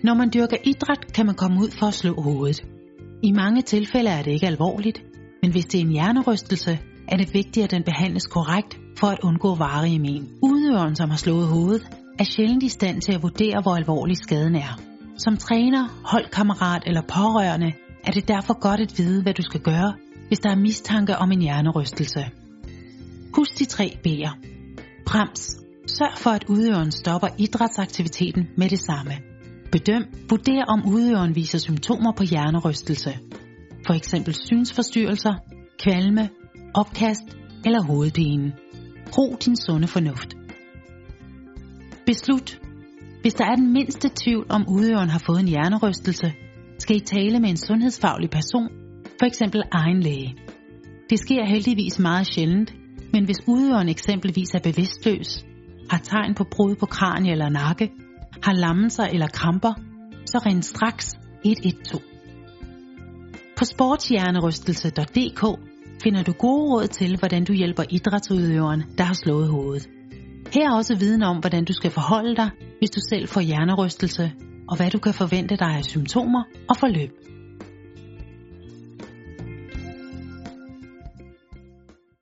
Når man dyrker idræt, kan man komme ud for at slå hovedet. I mange tilfælde er det ikke alvorligt, men hvis det er en hjernerystelse, er det vigtigt, at den behandles korrekt for at undgå varige men. Udøveren, som har slået hovedet, er sjældent i stand til at vurdere, hvor alvorlig skaden er. Som træner, holdkammerat eller pårørende er det derfor godt at vide, hvad du skal gøre, hvis der er mistanke om en hjernerystelse. Husk de 3 B'er. Brems. Sørg for, at udøveren stopper idrætsaktiviteten med det samme. Bedøm, vurder om udøveren viser symptomer på hjernerystelse. For eksempel synsforstyrrelser, kvalme, opkast eller hovedpine. Brug din sunde fornuft. Beslut. Hvis der er den mindste tvivl om udøveren har fået en hjernerystelse, skal I tale med en sundhedsfaglig person, for eksempel egen læge. Det sker heldigvis meget sjældent, men hvis udøveren eksempelvis er bevidstløs, har tegn på brud på kranie eller nakke, har lammelser eller kramper, så ring straks 112. På sportshjernerystelse.dk finder du gode råd til, hvordan du hjælper idrætsudøveren, der har slået hovedet. Her er også viden om, hvordan du skal forholde dig, hvis du selv får hjernerystelse, og hvad du kan forvente dig af symptomer og forløb.